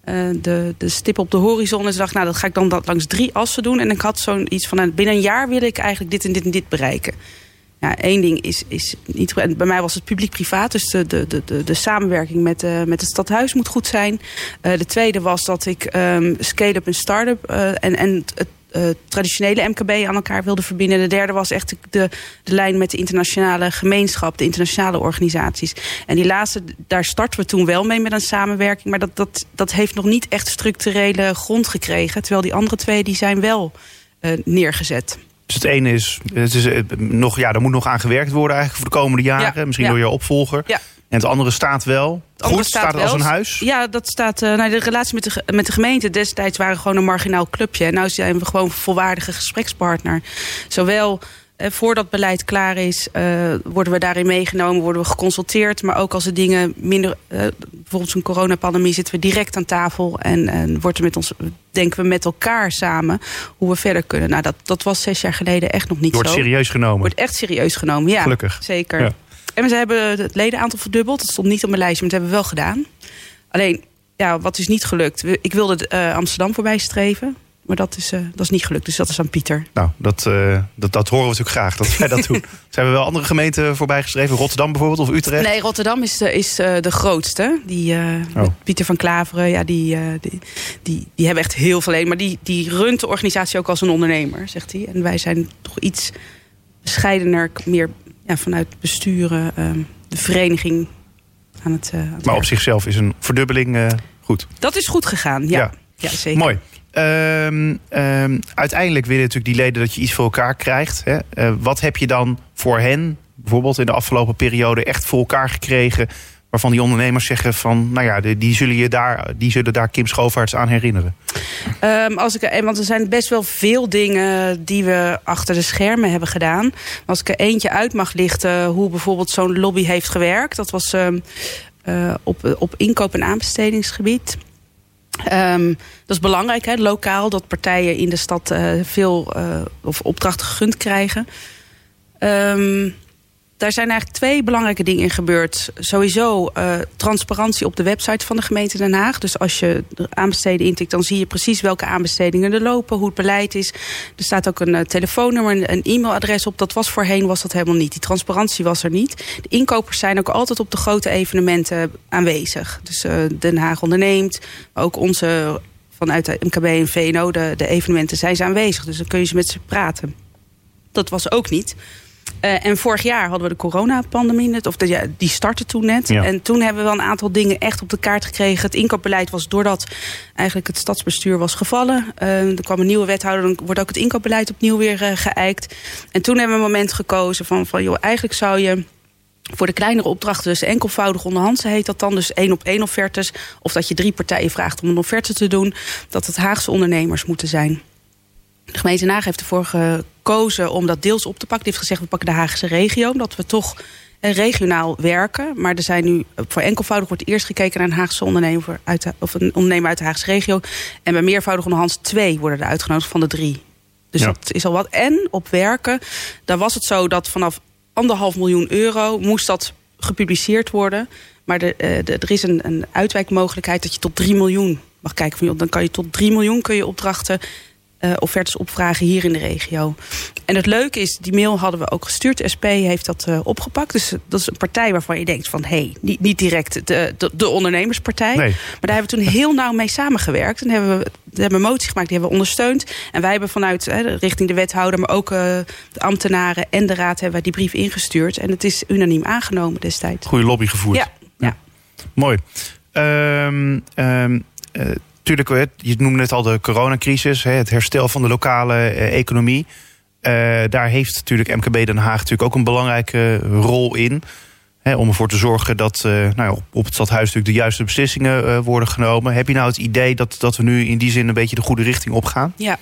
De stip op de horizon. En ze dacht, dat ga ik dan langs 3 assen doen. En ik had zoiets van, binnen een jaar wil ik eigenlijk dit en dit en dit bereiken. Ja, 1 ding is niet. Bij mij was het publiek-privaat. Dus de samenwerking met het stadhuis moet goed zijn. De tweede was dat ik scale-up en start-up en het traditionele MKB aan elkaar wilde verbinden. De derde was echt de lijn met de internationale gemeenschap, de internationale organisaties. En die laatste, daar starten we toen wel mee met een samenwerking. Maar dat heeft nog niet echt structurele grond gekregen. Terwijl die andere 2, die zijn wel neergezet. Dus het ene is er moet nog aan gewerkt worden eigenlijk voor de komende jaren. Ja, misschien door je opvolger. Ja. En het andere staat wel. Goed, staat het als een huis? Ja, dat staat. De relatie met de gemeente destijds waren gewoon een marginaal clubje. En nu zijn we gewoon een volwaardige gesprekspartner. Zowel voordat beleid klaar is, worden we daarin meegenomen, worden we geconsulteerd. Maar ook als er dingen minder, bijvoorbeeld zo'n coronapandemie, zitten we direct aan tafel. En denken we met elkaar samen hoe we verder kunnen. Nou, dat was 6 jaar geleden echt nog niet zo. Wordt serieus genomen? Wordt echt serieus genomen, ja. Gelukkig. Zeker. Ja. En ze hebben het ledenaantal verdubbeld. Dat stond niet op mijn lijstje, maar dat hebben we wel gedaan. Alleen, wat is niet gelukt? Ik wilde Amsterdam voorbij streven. Maar dat is niet gelukt, dus dat is aan Pieter. Nou, dat horen we natuurlijk graag, dat wij dat doen. Zijn we wel andere gemeenten voorbijgeschreven? Rotterdam bijvoorbeeld of Utrecht? Nee, Rotterdam is de grootste. Pieter van Klaveren, die hebben echt heel veel. Maar die runt de organisatie ook als een ondernemer, zegt hij. En wij zijn toch iets bescheidener, meer vanuit besturen, de vereniging aan het maar op zichzelf is een verdubbeling goed. Dat is goed gegaan, ja zeker. Mooi. Uiteindelijk willen natuurlijk die leden dat je iets voor elkaar krijgt. Hè? Wat heb je dan voor hen, bijvoorbeeld in de afgelopen periode, echt voor elkaar gekregen, waarvan die ondernemers zeggen van, nou ja, die zullen daar Kim Schoofaerts aan herinneren? Want er zijn best wel veel dingen die we achter de schermen hebben gedaan. Als ik er eentje uit mag lichten, hoe bijvoorbeeld zo'n lobby heeft gewerkt. Dat was op inkoop- en aanbestedingsgebied. Dat is belangrijk, hè, lokaal, dat partijen in de stad veel opdrachten gegund krijgen. Daar zijn eigenlijk 2 belangrijke dingen in gebeurd. Sowieso transparantie op de website van de gemeente Den Haag. Dus als je de aanbesteden intikt, dan zie je precies welke aanbestedingen er lopen, hoe het beleid is. Er staat ook een telefoonnummer, een e-mailadres op. Dat was voorheen dat helemaal niet. Die transparantie was er niet. De inkopers zijn ook altijd op de grote evenementen aanwezig. Dus Den Haag onderneemt, maar ook onze vanuit de MKB en VNO, de evenementen, zijn ze aanwezig. Dus dan kun je ze met ze praten. Dat was ook niet. En vorig jaar hadden we de coronapandemie, die startte toen net. Ja. En toen hebben we wel een aantal dingen echt op de kaart gekregen. Het inkoopbeleid was, doordat eigenlijk het stadsbestuur was gevallen. Er kwam een nieuwe wethouder, dan wordt ook het inkoopbeleid opnieuw weer geëikt. En toen hebben we een moment gekozen van joh, eigenlijk zou je voor de kleinere opdrachten, dus enkelvoudig onderhandse heet dat dan, dus 1-op-1 offertes, of dat je 3 partijen vraagt om een offerte te doen, dat het Haagse ondernemers moeten zijn. De gemeente Den Haag heeft ervoor gekozen om dat deels op te pakken. Die heeft gezegd, we pakken de Haagse regio, dat we toch regionaal werken. Maar er zijn nu, voor enkelvoudig wordt eerst gekeken naar een Haagse ondernemer een ondernemer uit de Haagse regio. En bij meervoudig onderhands 2 worden er uitgenodigd van de 3. Dus dat is al wat. En op werken, daar was het zo dat vanaf €1,5 miljoen moest dat gepubliceerd worden. Maar er is een uitwijkmogelijkheid dat je tot 3 miljoen mag kijken. Dan kan je tot 3 miljoen kun je opdrachten, offertes opvragen hier in de regio. En het leuke is, die mail hadden we ook gestuurd. De SP heeft dat opgepakt. Dus dat is een partij waarvan je denkt van, niet direct de ondernemerspartij. Nee. Maar daar hebben we toen heel nauw mee samengewerkt. En hebben we een motie gemaakt, die hebben we ondersteund. En wij hebben vanuit, richting de wethouder, maar ook de ambtenaren en de raad, hebben wij die brief ingestuurd. En het is unaniem aangenomen destijds. Goeie lobby gevoerd. Ja. Mooi. Tuurlijk, je noemde net al de coronacrisis, het herstel van de lokale economie. Daar heeft natuurlijk MKB Den Haag natuurlijk ook een belangrijke rol in. Om ervoor te zorgen dat op het stadhuis natuurlijk de juiste beslissingen worden genomen. Heb je nou het idee dat we nu in die zin een beetje de goede richting opgaan? Ja.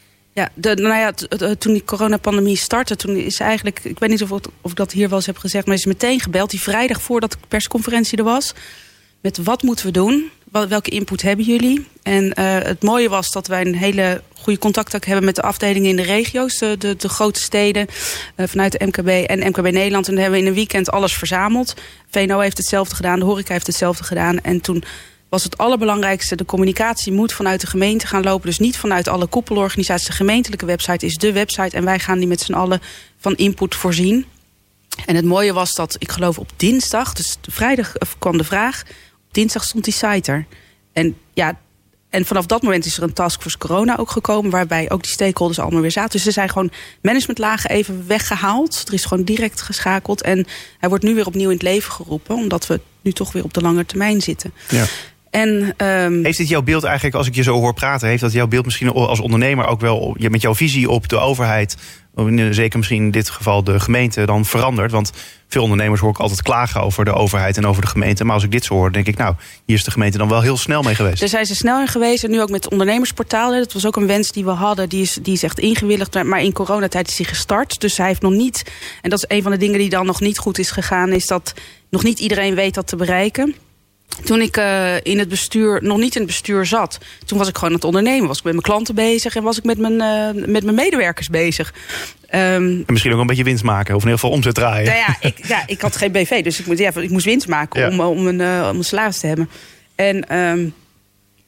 Toen die coronapandemie startte, toen is eigenlijk, ik weet niet of ik dat hier wel eens heb gezegd, maar is meteen gebeld, die vrijdag voordat de persconferentie er was, met wat moeten we doen? Welke input hebben jullie? En het mooie was dat wij een hele goede contact ook hebben met de afdelingen in de regio's, de grote steden, vanuit de MKB en MKB Nederland. En dan hebben we in een weekend alles verzameld. VNO heeft hetzelfde gedaan, de horeca heeft hetzelfde gedaan. En toen was het allerbelangrijkste, de communicatie moet vanuit de gemeente gaan lopen. Dus niet vanuit alle koepelorganisaties. De gemeentelijke website is de website en wij gaan die met z'n allen van input voorzien. En het mooie was dat, ik geloof op dinsdag, dus vrijdag kwam de vraag, op dinsdag stond die site er. En vanaf dat moment is er een taskforce corona ook gekomen, waarbij ook die stakeholders allemaal weer zaten. Dus er zijn gewoon managementlagen even weggehaald. Er is gewoon direct geschakeld. En hij wordt nu weer opnieuw in het leven geroepen, omdat we nu toch weer op de lange termijn zitten. Ja. En, heeft dit jouw beeld eigenlijk, als ik je zo hoor praten, heeft dat jouw beeld misschien als ondernemer ook wel met jouw visie op de overheid, zeker misschien in dit geval de gemeente, dan veranderd? Want veel ondernemers hoor ik altijd klagen over de overheid en over de gemeente. Maar als ik dit zo hoor, denk ik, hier is de gemeente dan wel heel snel mee geweest. Daar zijn ze snel in geweest. En nu ook met het ondernemersportaal. Dat was ook een wens die we hadden. Die is echt ingewilligd. Maar in coronatijd is hij gestart. Dus hij heeft nog niet, en dat is een van de dingen die dan nog niet goed is gegaan, is dat nog niet iedereen weet dat te bereiken. Toen ik in het bestuur, nog niet in het bestuur zat, toen was ik gewoon aan het ondernemen. Was ik met mijn klanten bezig en was ik met mijn medewerkers bezig. En misschien ook een beetje winst maken, of in ieder geval omzet draaien. Ik had geen BV, dus ik moest winst maken om een salaris te hebben. En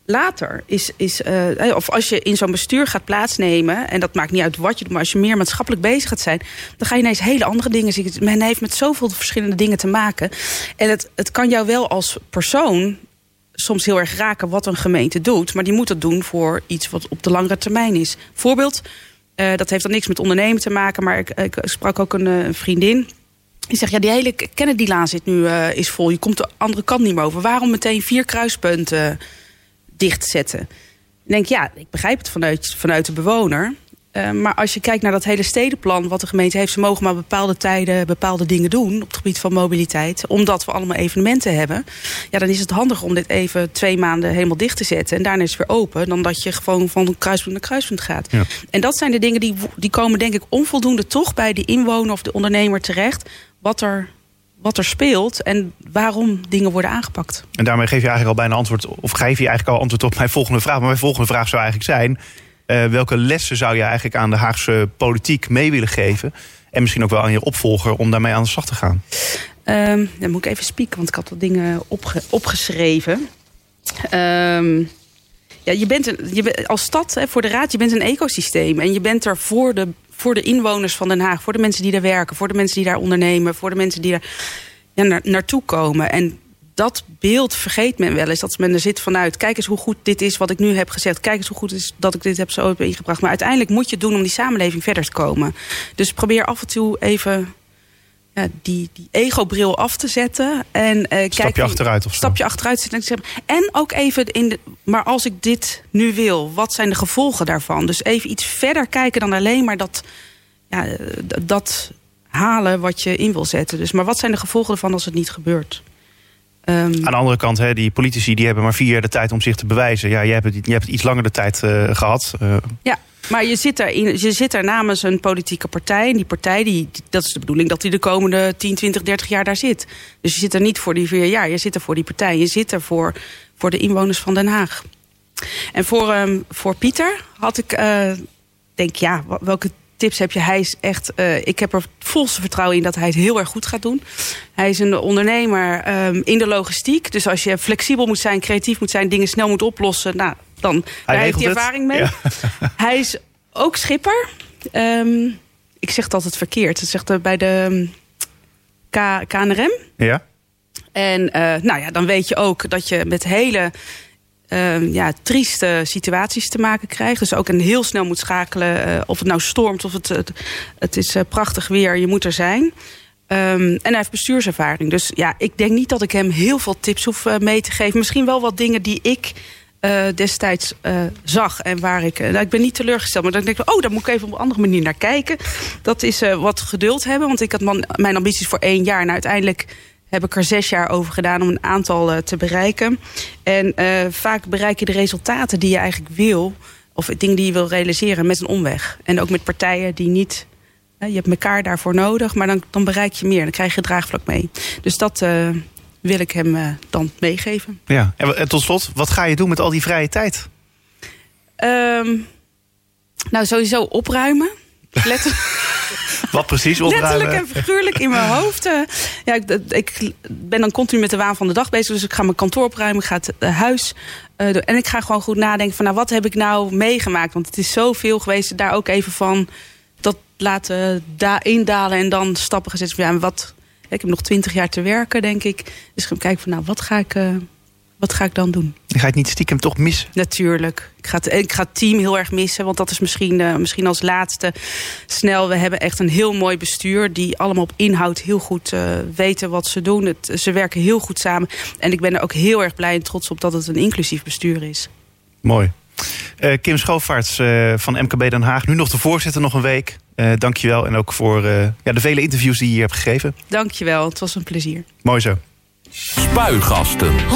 later of als je in zo'n bestuur gaat plaatsnemen, en dat maakt niet uit wat je doet, maar als je meer maatschappelijk bezig gaat zijn, dan ga je ineens hele andere dingen zien. Men heeft met zoveel verschillende dingen te maken. En het kan jou wel als persoon soms heel erg raken wat een gemeente doet, maar die moet dat doen voor iets wat op de langere termijn is. Voorbeeld, dat heeft dan niks met ondernemen te maken, maar ik sprak ook een vriendin. Die zegt, die hele Kennedylaan zit nu is vol. Je komt de andere kant niet meer over. Waarom meteen 4 kruispunten dichtzetten? Ik denk, ik begrijp het vanuit de bewoner. Maar als je kijkt naar dat hele stedenplan wat de gemeente heeft, ze mogen maar bepaalde tijden bepaalde dingen doen op het gebied van mobiliteit, omdat we allemaal evenementen hebben. Ja, dan is het handiger om dit even 2 maanden helemaal dicht te zetten en daarna is het weer open, dan dat je gewoon van kruispunt naar kruispunt gaat. Ja. En dat zijn de dingen die komen denk ik onvoldoende toch bij de inwoner of de ondernemer terecht, wat er speelt en waarom dingen worden aangepakt. En daarmee geef je eigenlijk al bijna antwoord, of geef je eigenlijk al antwoord op mijn volgende vraag. Maar mijn volgende vraag zou eigenlijk zijn, welke lessen zou je eigenlijk aan de Haagse politiek mee willen geven? En misschien ook wel aan je opvolger om daarmee aan de slag te gaan? Dan moet ik even spieken, want ik had wat dingen opgeschreven. Je bent als stad, voor de raad, je bent een ecosysteem. En je bent er voor de inwoners van Den Haag, voor de mensen die daar werken, voor de mensen die daar ondernemen, voor de mensen die daar naartoe komen. En dat beeld vergeet men wel eens. Dat men er zit vanuit, kijk eens hoe goed dit is wat ik nu heb gezegd. Kijk eens hoe goed het is dat ik dit heb zo ingebracht. Maar uiteindelijk moet je het doen om die samenleving verder te komen. Dus probeer af en toe even die ego-bril af te zetten. En stapje achteruit of zo. Stapje achteruit zitten. En ook even maar als ik dit nu wil, wat zijn de gevolgen daarvan? Dus even iets verder kijken dan alleen maar dat halen wat je in wil zetten. Dus, maar wat zijn de gevolgen ervan als het niet gebeurt? Aan de andere kant, die politici die hebben maar 4 jaar de tijd om zich te bewijzen. Ja, jij hebt iets langer de tijd gehad. Ja, maar je zit daar namens een politieke partij. En die partij, dat is de bedoeling dat die de komende 10, 20, 30 jaar daar zit. Dus je zit er niet voor die 4 jaar. Je zit er voor die partij. Je zit er voor de inwoners van Den Haag. En voor Pieter had ik, welke tips heb je? Hij is echt, ik heb er het volste vertrouwen in dat hij het heel erg goed gaat doen. Hij is een ondernemer in de logistiek. Dus als je flexibel moet zijn, creatief moet zijn, dingen snel moet oplossen, dan daar heeft hij ervaring mee. Ja. Hij is ook schipper. Ik zeg het altijd verkeerd. Het zegt bij de KNRM. Ja. En dan weet je ook dat je met hele trieste situaties te maken krijgt. Dus ook heel snel moet schakelen. Of het nou stormt of het is prachtig weer. Je moet er zijn. En hij heeft bestuurservaring. Dus ik denk niet dat ik hem heel veel tips hoef mee te geven. Misschien wel wat dingen die ik destijds zag. En waar ik ben niet teleurgesteld. Maar dan denk ik, daar moet ik even op een andere manier naar kijken. Dat is wat geduld hebben. Want ik had mijn ambities voor 1 jaar. En uiteindelijk heb ik er 6 jaar over gedaan om een aantal te bereiken. En vaak bereik je de resultaten die je eigenlijk wil, of dingen die je wil realiseren, met een omweg. En ook met partijen die niet, je hebt elkaar daarvoor nodig, maar dan bereik je meer. Dan krijg je draagvlak mee. Dus dat wil ik hem dan meegeven. Ja, en tot slot, wat ga je doen met al die vrije tijd? Sowieso opruimen. Wat precies opruimen? Letterlijk en figuurlijk in mijn hoofd. Ik ben dan continu met de waan van de dag bezig. Dus ik ga mijn kantoor opruimen. Ik ga het huis doen. En ik ga gewoon goed nadenken van wat heb ik nou meegemaakt? Want het is zoveel geweest. Daar ook even van dat laten indalen en dan stappen gezet. Ik heb nog 20 jaar te werken, denk ik. Dus ik ga kijken van wat ga ik dan doen? Ga je het niet stiekem toch missen? Natuurlijk. Ik ga het team heel erg missen. Want dat is misschien als laatste snel. We hebben echt een heel mooi bestuur. Die allemaal op inhoud heel goed weten wat ze doen. Ze werken heel goed samen. En ik ben er ook heel erg blij en trots op dat het een inclusief bestuur is. Mooi. Kim Schoofaerts van MKB Den Haag. Nu nog de voorzitter, nog een week. Dank je wel. En ook voor de vele interviews die je hier hebt gegeven. Dank je wel. Het was een plezier. Mooi zo. Spuigasten. 100%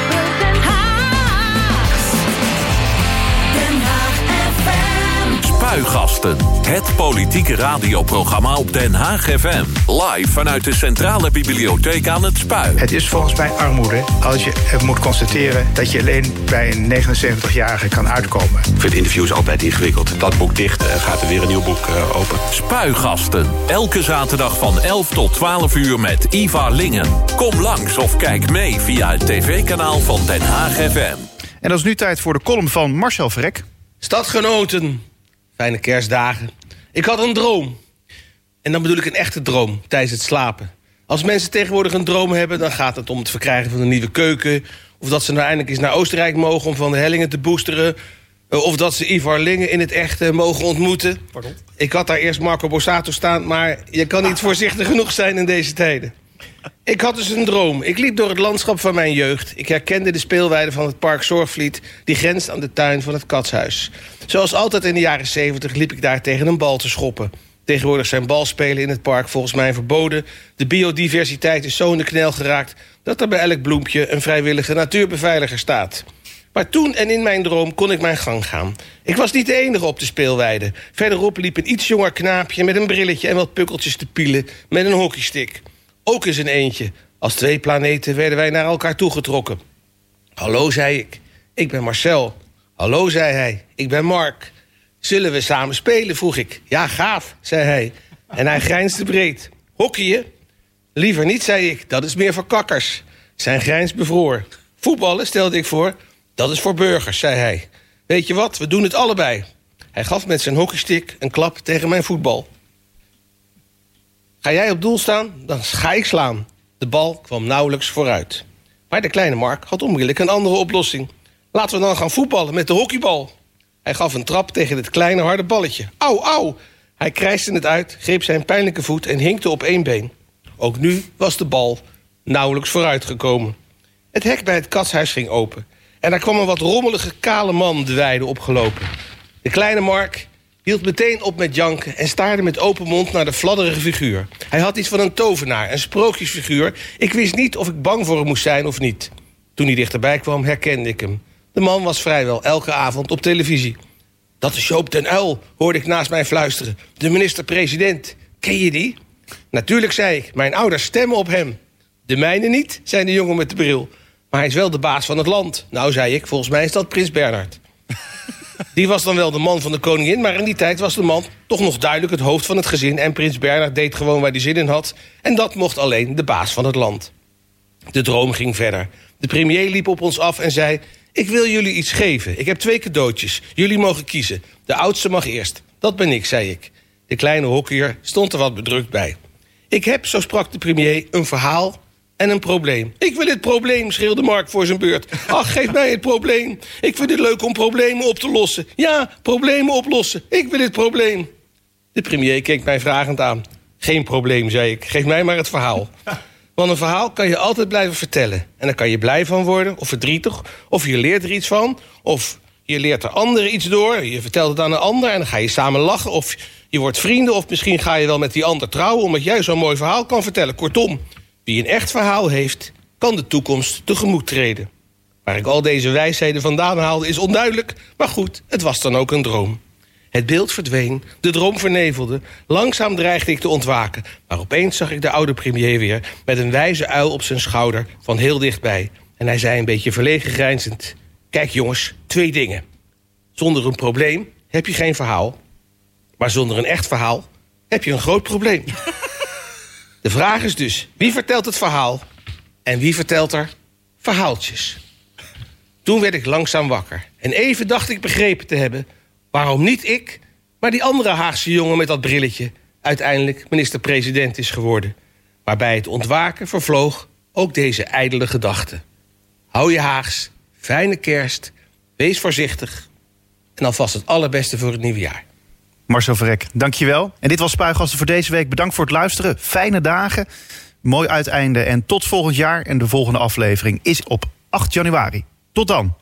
Haags. Den Haag FM. Spuigasten. Het politieke radioprogramma op Den Haag FM. Live vanuit de Centrale Bibliotheek aan het Spui. Het is volgens mij armoede als je moet constateren dat je alleen bij een 79-jarige kan uitkomen. Ik vind interviews altijd ingewikkeld. Dat boek dicht, gaat er weer een nieuw boek open. Spuigasten. Elke zaterdag van 11 tot 12 uur met Iva Lingen. Kom langs of kijk mee via het tv-kanaal van Den Haag FM. En dat is nu tijd voor de column van Marcel Verrek. Stadgenoten, fijne kerstdagen. Ik had een droom. En dan bedoel ik een echte droom tijdens het slapen. Als mensen tegenwoordig een droom hebben, dan gaat het om het verkrijgen van een nieuwe keuken. Of dat ze nou eindelijk eens naar Oostenrijk mogen om van de hellingen te boosteren. Of dat ze Ivar Lingen in het echt mogen ontmoeten. Pardon? Ik had daar eerst Marco Borsato staan, maar je kan niet voorzichtig genoeg zijn in deze tijden. Ik had dus een droom. Ik liep door het landschap van mijn jeugd. Ik herkende de speelweide van het park Zorgvliet, die grenst aan de tuin van het Katshuis. Zoals altijd in de jaren 70 liep ik daar tegen een bal te schoppen. Tegenwoordig zijn balspelen in het park volgens mij verboden. De biodiversiteit is zo in de knel geraakt dat er bij elk bloempje een vrijwillige natuurbeveiliger staat. Maar toen en in mijn droom kon ik mijn gang gaan. Ik was niet de enige op de speelweide. Verderop liep een iets jonger knaapje met een brilletje en wat pukkeltjes te pielen met een hockeystick. Ook eens een eentje. Als twee planeten werden wij naar elkaar toegetrokken. Hallo, zei ik. Ik ben Marcel. Hallo, zei hij. Ik ben Mark. Zullen we samen spelen, vroeg ik. Ja, gaaf, zei hij. En hij grijnsde breed. Hockeyen? Liever niet, zei ik. Dat is meer voor kakkers. Zijn grijns bevroor. Voetballen, stelde ik voor. Dat is voor burgers, zei hij. Weet je wat, we doen het allebei. Hij gaf met zijn hockeystick een klap tegen mijn voetbal. Ga jij op doel staan, dan ga ik slaan. De bal kwam nauwelijks vooruit. Maar de kleine Mark had onmiddellijk een andere oplossing. Laten we dan gaan voetballen met de hockeybal. Hij gaf een trap tegen het kleine harde balletje. Au, au! Hij krijste het uit, greep zijn pijnlijke voet en hinkte op één been. Ook nu was de bal nauwelijks vooruitgekomen. Het hek bij het katshuis ging open. En daar kwam een wat rommelige kale man de weide opgelopen. De kleine Mark hield meteen op met janken en staarde met open mond naar de fladderige figuur. Hij had iets van een tovenaar, een sprookjesfiguur. Ik wist niet of ik bang voor hem moest zijn of niet. Toen hij dichterbij kwam, herkende ik hem. De man was vrijwel elke avond op televisie. Dat is Joop den Uyl, hoorde ik naast mij fluisteren. De minister-president. Ken je die? Natuurlijk, zei ik. Mijn ouders stemmen op hem. De mijne niet, zei de jongen met de bril. Maar hij is wel de baas van het land. Nou, zei ik, volgens mij is dat prins Bernhard. Die was dan wel de man van de koningin, maar in die tijd was de man toch nog duidelijk het hoofd van het gezin. En prins Bernhard deed gewoon waar hij zin in had. En dat mocht alleen de baas van het land. De droom ging verder. De premier liep op ons af en zei: ik wil jullie iets geven. Ik heb 2 cadeautjes. Jullie mogen kiezen. De oudste mag eerst. Dat ben ik, zei ik. De kleine hockeyer stond er wat bedrukt bij. Ik heb, zo sprak de premier, een verhaal en een probleem. Ik wil het probleem, schreeuwde Mark voor zijn beurt. Ach, geef mij het probleem. Ik vind het leuk om problemen op te lossen. Ja, problemen oplossen. Ik wil het probleem. De premier keek mij vragend aan. Geen probleem, zei ik. Geef mij maar het verhaal. Want een verhaal kan je altijd blijven vertellen. En dan kan je blij van worden, of verdrietig, of je leert er iets van, of je leert er anderen iets door. Je vertelt het aan een ander en dan ga je samen lachen, of je wordt vrienden, of misschien ga je wel met die ander trouwen, omdat jij zo'n mooi verhaal kan vertellen. Kortom, wie een echt verhaal heeft, kan de toekomst tegemoet treden. Waar ik al deze wijsheden vandaan haalde is onduidelijk, maar goed, het was dan ook een droom. Het beeld verdween, de droom vernevelde. Langzaam dreigde ik te ontwaken. Maar opeens zag ik de oude premier weer met een wijze uil op zijn schouder van heel dichtbij. En hij zei een beetje verlegen grijnzend: kijk jongens, 2 dingen. Zonder een probleem heb je geen verhaal. Maar zonder een echt verhaal heb je een groot probleem. De vraag is dus, wie vertelt het verhaal en wie vertelt er verhaaltjes? Toen werd ik langzaam wakker. En even dacht ik begrepen te hebben waarom niet ik, maar die andere Haagse jongen met dat brilletje uiteindelijk minister-president is geworden. Maar bij het ontwaken vervloog ook deze ijdele gedachte. Hou je Haags, fijne kerst, wees voorzichtig en alvast het allerbeste voor het nieuwe jaar. Marcel Verrek, dankjewel. En dit was Spuigasten voor deze week. Bedankt voor het luisteren. Fijne dagen, mooi uiteinde en tot volgend jaar. En de volgende aflevering is op 8 januari. Tot dan.